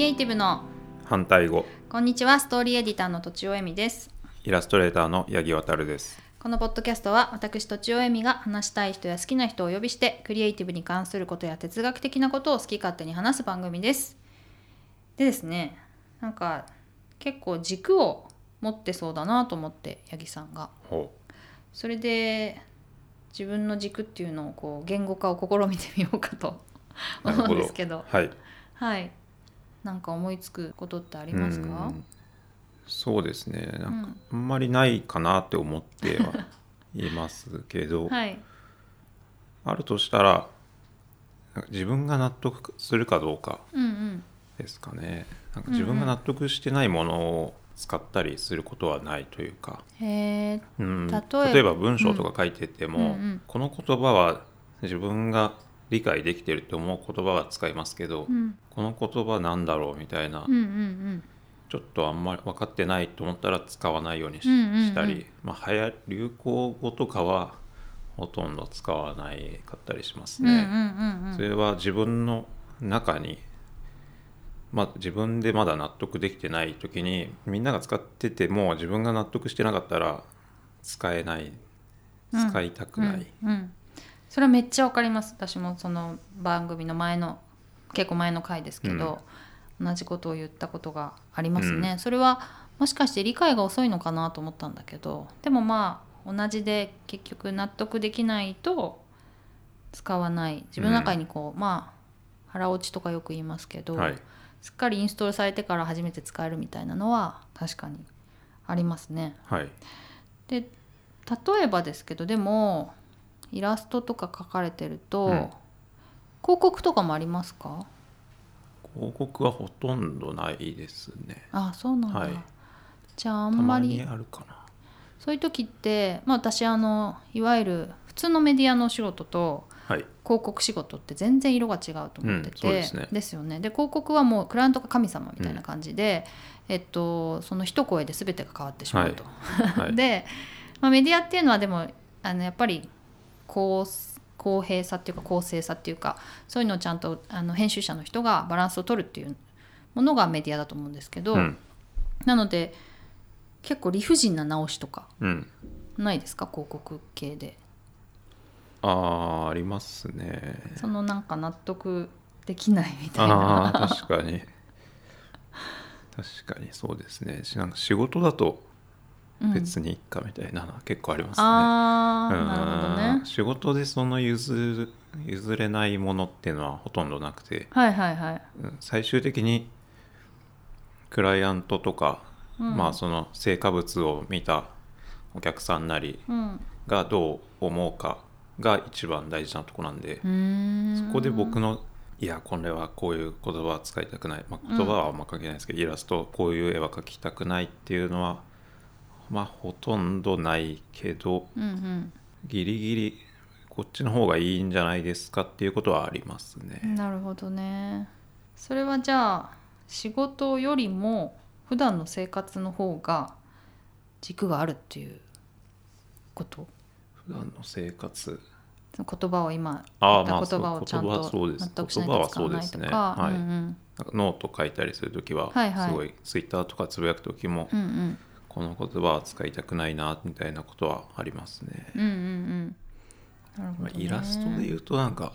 エイティブの反対語。 こんにちは。ストーリーエディターのとちおえみです。 イラストレーターの八木渉です。 このポッドキャストは私とちおえみが話したい人や好きな人をお呼びしてクリエイティブに関することや哲学的なことを好き勝手に話す番組です。でですね、なんか結構軸を持ってそうだなと思って、八木さんがそれで自分の軸っていうのをこう言語化を試みてみようかと思うんですけど、 はいはい、なんか思いつくことってありますか？ そうですね、なんかあんまりないかなって思ってはいますけど、 はい、 あるとしたらなんか自分が納得するかどうかですかね。なんか自分が納得してないものを使ったりすることはないというか、 へ例えば文章とか書いてても、この言葉は自分が理解できてると思う言葉は使いますけど、この言葉なんだろうみたいな、ちょっとあんまり分かってないと思ったら使わないようにしたり、流行語とかはほとんど使わないかったりしますね。それは自分の中に、自分でまだ納得できてない時にみんなが使ってても自分が納得してなかったら使えない、使いたくない、 それはめっちゃわかります。私もその番組の結構前の回ですけど、同じことを言ったことがありますね。それはもしかして理解が遅いのかなと思ったんだけど、でも同じで結局納得できないと使わない。自分の中に腹落ちとかよく言いますけど、しっかりインストールされてから初めて使えるみたいなのは確かにありますね。で、例えばですけど、でもイラストとか描かれてると、広告とかもありますか？ 広告はほとんどないですね。 あ、そうなんだ。じゃああんまりたまにあるかな。 そういう時って、私いわゆる普通のメディアのお仕事と広告仕事って全然色が違うと思ってて、ですよね。で、広告はもうクライアントが神様みたいな感じで、その一声で全てが変わってしまうと、で、メディアっていうのはでもやっぱり公平さっていうか公正さっていうか、そういうのをちゃんと編集者の人がバランスを取るっていうものがメディアだと思うんですけど、なので結構理不尽な直しとかないですか？広告系で。 ありますね。 そのなんか納得できないみたいな。 確かにそうですね。なんか仕事だと別にいいかみたいなのは結構ありますね。 なるほどね。 仕事でその譲れないものっていうのはほとんどなくて、最終的にクライアントとか、その成果物を見たお客さんなりがどう思うかが一番大事なとこなんで、そこで僕のいやこれはこういう言葉は使いたくない、言葉はあんま関係ないですけど、イラストこういう絵は描きたくないっていうのはほとんどないけど、ギリギリこっちの方がいいんじゃないですかっていうことはありますね。 なるほどね。それはじゃあ仕事よりも普段の生活の方が軸があるっていうこと？ 普段の生活、 言葉を今言った言葉をちゃんと納得しないと使わないとか、 ノート書いたりするときはすごいツイッターとかつぶやくときも、この言葉は使いたくないなみたいなことはありますね。 なるほどね。 イラストで言うとなんか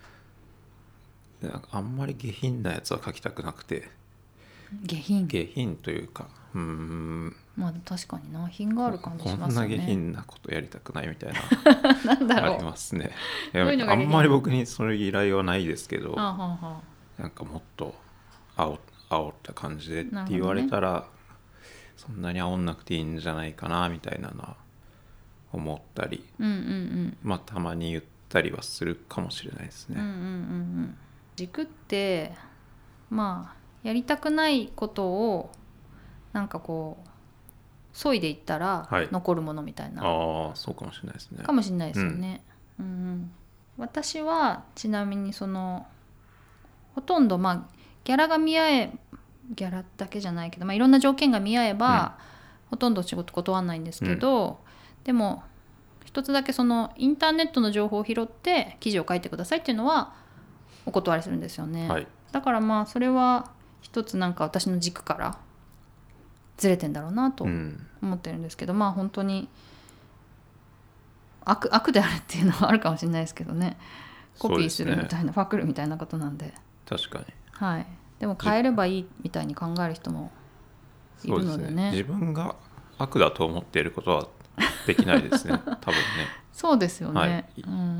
あんまり下品なやつは描きたくなくて。下品というか、 確かにな、品がある感じしますよね。 こんな下品なことやりたくないみたいななんだろう、 ありますね。あんまり僕にそういう依頼はないですけど、なんかもっと煽った感じでって言われたら、そんなに煽んなくていいんじゃないかなみたいなのは思ったり、たまに言ったりはするかもしれないですね。 軸ってやりたくないことをなんかこう削いでいったら残るものみたいな、 そうかもしれないですね。 かもしれないですよね。私はちなみにほとんどギャラだけじゃないけど、いろんな条件が見合えば、ほとんど仕事断らないんですけど、でも一つだけそのインターネットの情報を拾って記事を書いてくださいっていうのはお断りするんですよね。だからそれは一つなんか私の軸からずれてんだろうなと思ってるんですけど、まあ本当に悪であるっていうのはあるかもしれないですけどね。コピーするみたいな、パクるみたいなことなんで。 確かに。 はい。でも変えればいいみたいに考える人もいるのでね。 自分が悪だと思っていることはできないですね多分ね。 そうですよね、はい、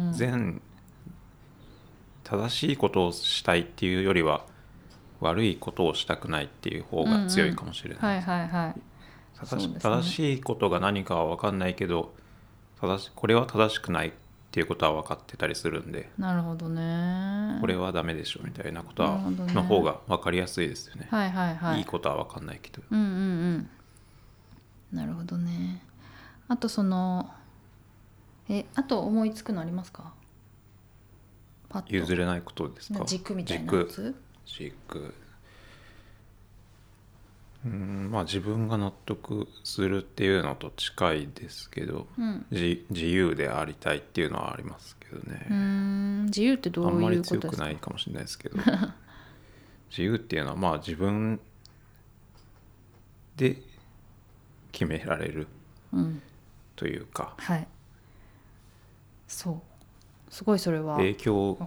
正しいことをしたいっていうよりは悪いことをしたくないっていう方が強いかもしれない。正しいことが何かは分かんないけどこれは正しくないっていうことは分かってたりするんで、 なるほどね、 これはダメでしょみたいなことは、の方が分かりやすいですよね。 はいはいはい。 いいことは分かんないけど。 なるほどね。あとあと思いつくのありますか？ パッと譲れないことですか？ 軸みたいなやつ。 軸。まあ自分が納得するっていうのと近いですけど、自由でありたいっていうのはありますけどね。 自由ってどういうことですか？ あんまり強くないかもしれないですけど自由っていうのはまあ自分で決められるというか、 はい、そうすごいそれは影響を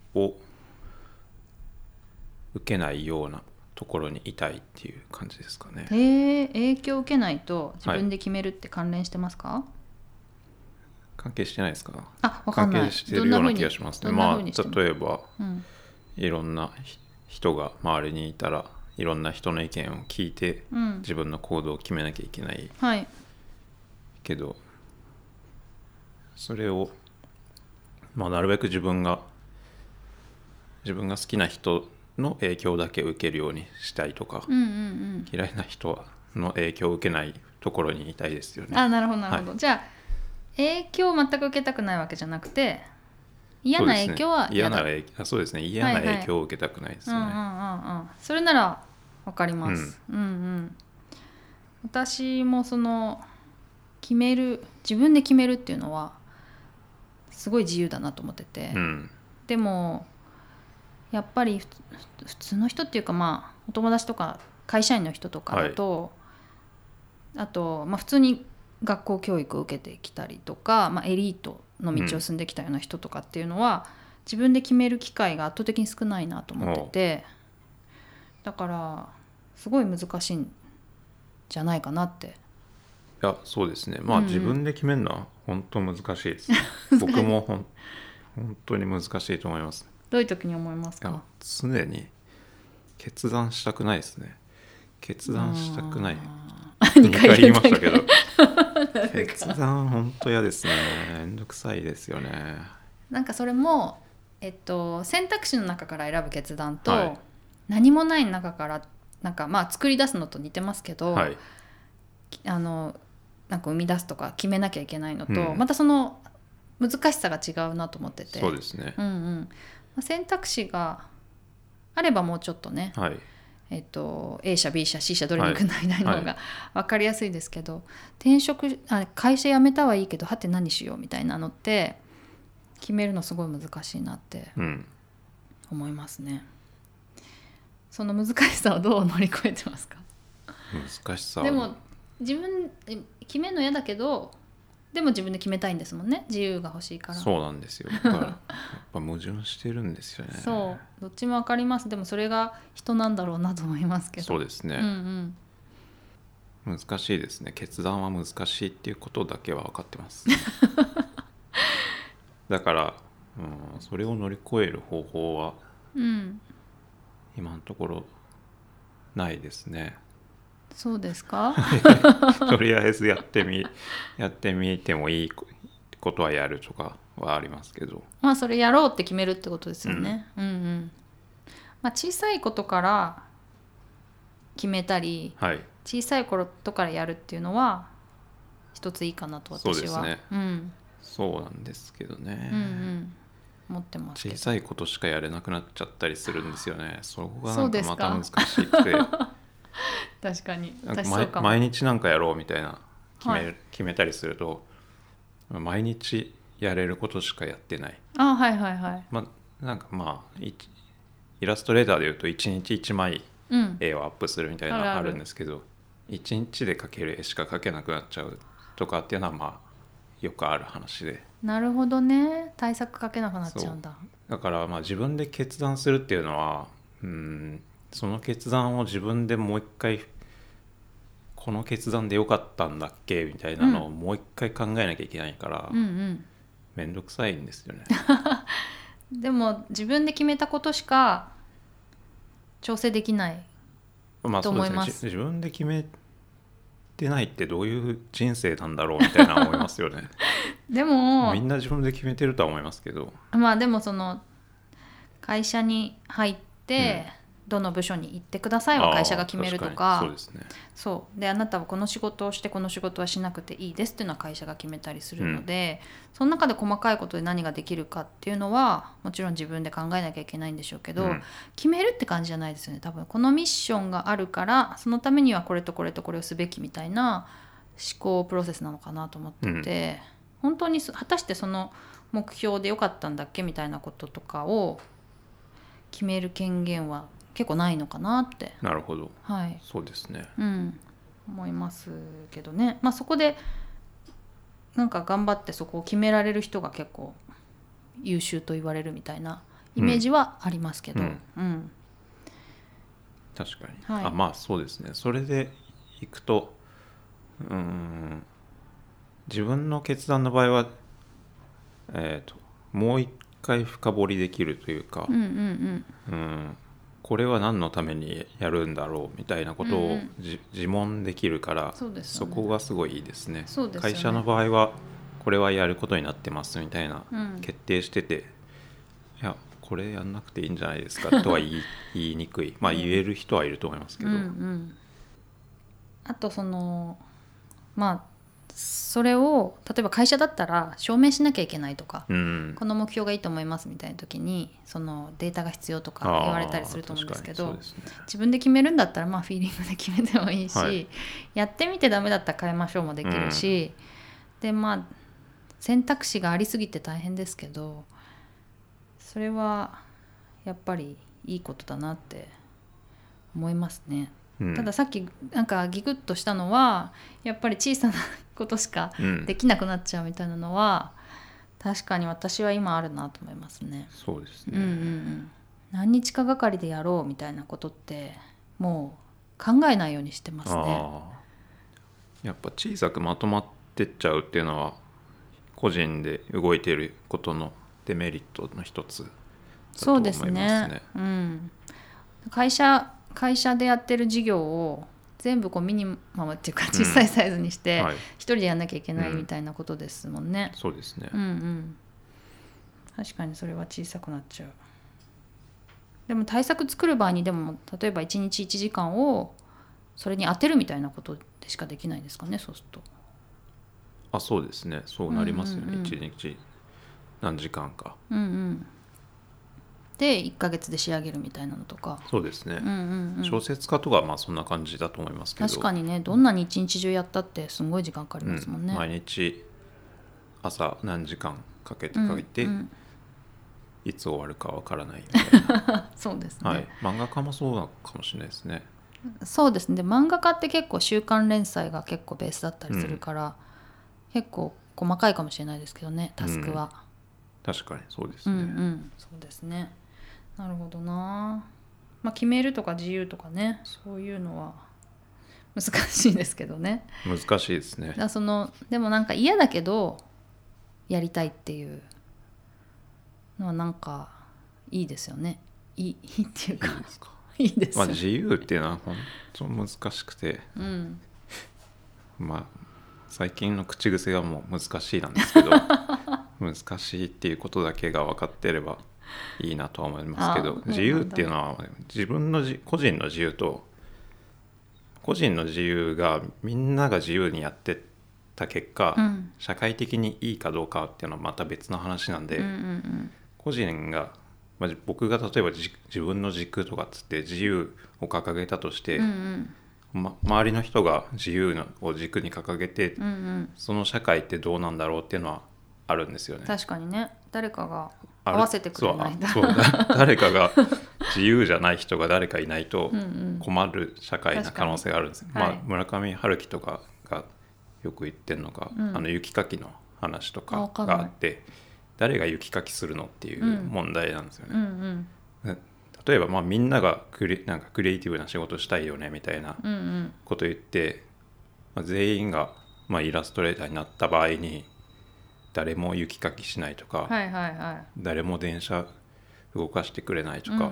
受けないようなところにいたいっていう感じですかね。 影響を受けないと自分で決めるって関連してますか？はい、 関係してないですか？ 分かんない。 関係してるような気がしますね。まあ例えば、いろんな人が周りにいたらいろんな人の意見を聞いて、自分の行動を決めなきゃいけない、けどそれを、まあ、なるべく自分が好きな人の影響だけ受けるようにしたいとか、嫌いな人の影響を受けないところにいたいですよね。 なるほどなるほど、はい、じゃあ影響を全く受けたくないわけじゃなくて、嫌な影響は嫌だ。 そうですね、嫌な影響を受けたくないですよね。 それなら分かります。私も自分で決めるっていうのはすごい自由だなと思ってて、でもやっぱり普通の人っていうか、まあお友達とか会社員の人とかだと、あと、普通に学校教育を受けてきたりとか、エリートの道を進んできたような人とかっていうのは、自分で決める機会が圧倒的に少ないなと思ってて、だからすごい難しいんじゃないかなって。 いやそうですね、自分で決めるのは本当難しいです僕も本当に難しいと思います。 どういう時に思いますか？ 常に決断したくないですね。決断したくない。 2回言いましたけど決断本当嫌ですね。めんどくさいですよね。 なんかそれも、選択肢の中から選ぶ決断と、何もない中からなんか作り出すのと似てますけど、なんか生み出すとか決めなきゃいけないのと、またその難しさが違うなと思ってて。 そうですね、 選択肢があればもうちょっとね、A 社 B 社 C 社どれに行くんだみたいなのが分かりやすいですけど、会社辞めたはいいけどはて何しようみたいなのって決めるのすごい難しいなって思いますね。その難しさをどう乗り越えてますか？ 難しさはでも自分決めるの嫌だけど、でも自分で決めたいんですもんね。自由が欲しいから。 そうなんですよ。だからやっぱ矛盾してるんですよね。 そうどっちも分かります。でもそれが人なんだろうなと思いますけど。 そうですね、難しいですね。決断は難しいっていうことだけは分かってますだから、それを乗り越える方法は、今のところないですね。 そうですかとりあえずやってみてもいいことはやるとかはありますけど、 それやろうって決めるってことですよね。小さいことから決めたり、小さいことからやるっていうのは一ついいかなと私は。そうですね、 そうなんですけどね、 思ってますけど、 小さいことしかやれなくなっちゃったりするんですよね。そこがなんかまた難しくて確かに毎日なんかやろうみたいな決めたりすると、毎日やれることしかやってない。 なんかイラストレーターでいうと1日1枚絵をアップするみたいなのがあるんですけど、1日で描ける絵しか描けなくなっちゃうとかっていうのはまあよくある話で。 なるほどね。対策描けなくなっちゃうんだ。 だからまあ自分で決断するっていうのはその決断を自分でもう一回この決断で良かったんだっけみたいなのをもう一回考えなきゃいけないから、めんどくさいんですよね。 でも自分で決めたことしか調整できないと思います。 自分で決めてないってどういう人生なんだろうみたいな思いますよね。 でもみんな自分で決めてるとは思いますけど、 まあでもその会社に入って、どの部署に行ってくださいは会社が決めるとか、 そうですね。 そうで、あなたはこの仕事をしてこの仕事はしなくていいですっていうのは会社が決めたりするので、その中で細かいことで何ができるかっていうのはもちろん自分で考えなきゃいけないんでしょうけど、決めるって感じじゃないですよね。多分このミッションがあるからそのためにはこれとこれとこれをすべきみたいな思考プロセスなのかなと思ってて、本当に果たしてその目標でよかったんだっけみたいなこととかを決める権限は結構ないのかなって。 なるほど、 はい、 そうですね、 思いますけどね。まあそこでなんか頑張ってそこを決められる人が結構優秀と言われるみたいなイメージはありますけど、 確かに、まあそうですね。それでいくと自分の決断の場合は、もう一回深掘りできるというか、これは何のためにやるんだろうみたいなことを、自問できるから、そこがすごいいいですね。会社の場合はこれはやることになってますみたいな、決定してて、いやこれやんなくていいんじゃないですかとは言いにくい。まあ言える人はいると思いますけど、 あとそのまあそれを例えば会社だったら証明しなきゃいけないとか、この目標がいいと思いますみたいな時にそのデータが必要とか言われたりすると思うんですけど、自分で決めるんだったらまあフィーリングで決めてもいいし、やってみてダメだったら変えましょうもできるし、でまあ選択肢がありすぎて大変ですけど、それはやっぱりいいことだなって思いますね。たださっきなんかギクッとしたのはやっぱり小さなことしかできなくなっちゃうみたいなのは、確かに私は今あるなと思いますね。 そうですね、 何日かがかりでやろうみたいなことってもう考えないようにしてますね。 やっぱ小さくまとまってっちゃうっていうのは個人で動いていることのデメリットの一つだと思いますね。そうですね、 会社でやってる事業を全部こうミニマムっていうか小さいサイズにして一人でやんなきゃいけないみたいなことですもんね。 そうですね、 確かにそれは小さくなっちゃう。でも対策作る場合にでも例えば1日1時間をそれに当てるみたいなことでしかできないですかね、そうすると。 そうですね、そうなりますよね、1日何時間か、 で1ヶ月で仕上げるみたいなのとか。 そうですね、小説家とかはまあそんな感じだと思いますけど。 確かにね、どんなに一日中やったってすごい時間かかりますもんね、 毎日朝何時間かけていつ終わるかわからないみたいなそうですね、 漫画家もそうなのかもしれないですね。 そうですね。で漫画家って結構週刊連載が結構ベースだったりするから、結構細かいかもしれないですけどね、タスクは。 確かにそうですね、 そうですね。なるほどな。まあ決めるとか自由とかね、そういうのは難しいですけどね。 難しいですね。 でもなんか嫌だけどやりたいっていうのはなんかいいですよね。いいっていうか、いいですか。いいです、 自由っていうのは本当難しくて、最近の口癖はもう難しいなんですけど難しいっていうことだけが分かってればいいなとは思いますけど、自由っていうのは自分の個人の自由と個人の自由がみんなが自由にやってた結果、社会的にいいかどうかっていうのはまた別の話なんで、個人が、僕が例えば自分の軸とかっつって自由を掲げたとして、周りの人が自由を軸に掲げて、その社会ってどうなんだろうっていうのはあるんですよね。 確かにね、誰かが合わせてくれないそう誰かが自由じゃない人が誰かいないと困る社会な可能性があるんですよ。まあ、村上春樹とかがよく言ってるのが、雪かきの話とかがあって、誰が雪かきするのっていう問題なんですよね。例えばみんながなんかクリエイティブな仕事したいよねみたいなこと言って、全員がイラストレーターになった場合に誰も雪かきしないとか、誰も電車動かしてくれないとか、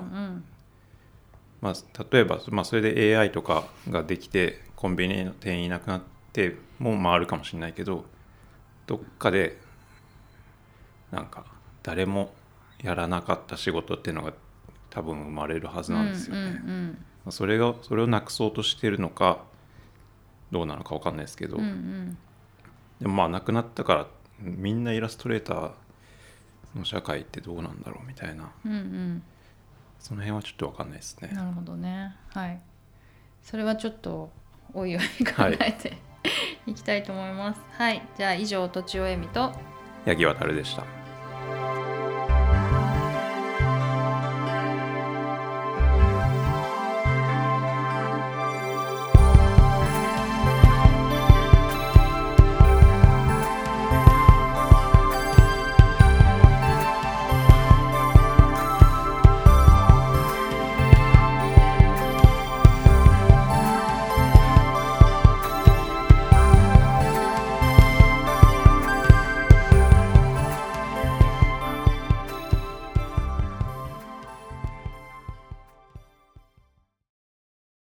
例えば、それで AI とかができてコンビニの店員いなくなっても回るかもしれないけど、どっかでなんか誰もやらなかった仕事っていうのが多分生まれるはずなんですよね。それをなくそうとしてるのかどうなのか分かんないですけど、でもなくなったからみんなイラストレーターの社会ってどうなんだろうみたいな、その辺はちょっと分かんないですね。 なるほどね。はい。それはちょっとおいおい考えて、いきたいと思います。はい。じゃあ以上、とちおえみと八木渉でした。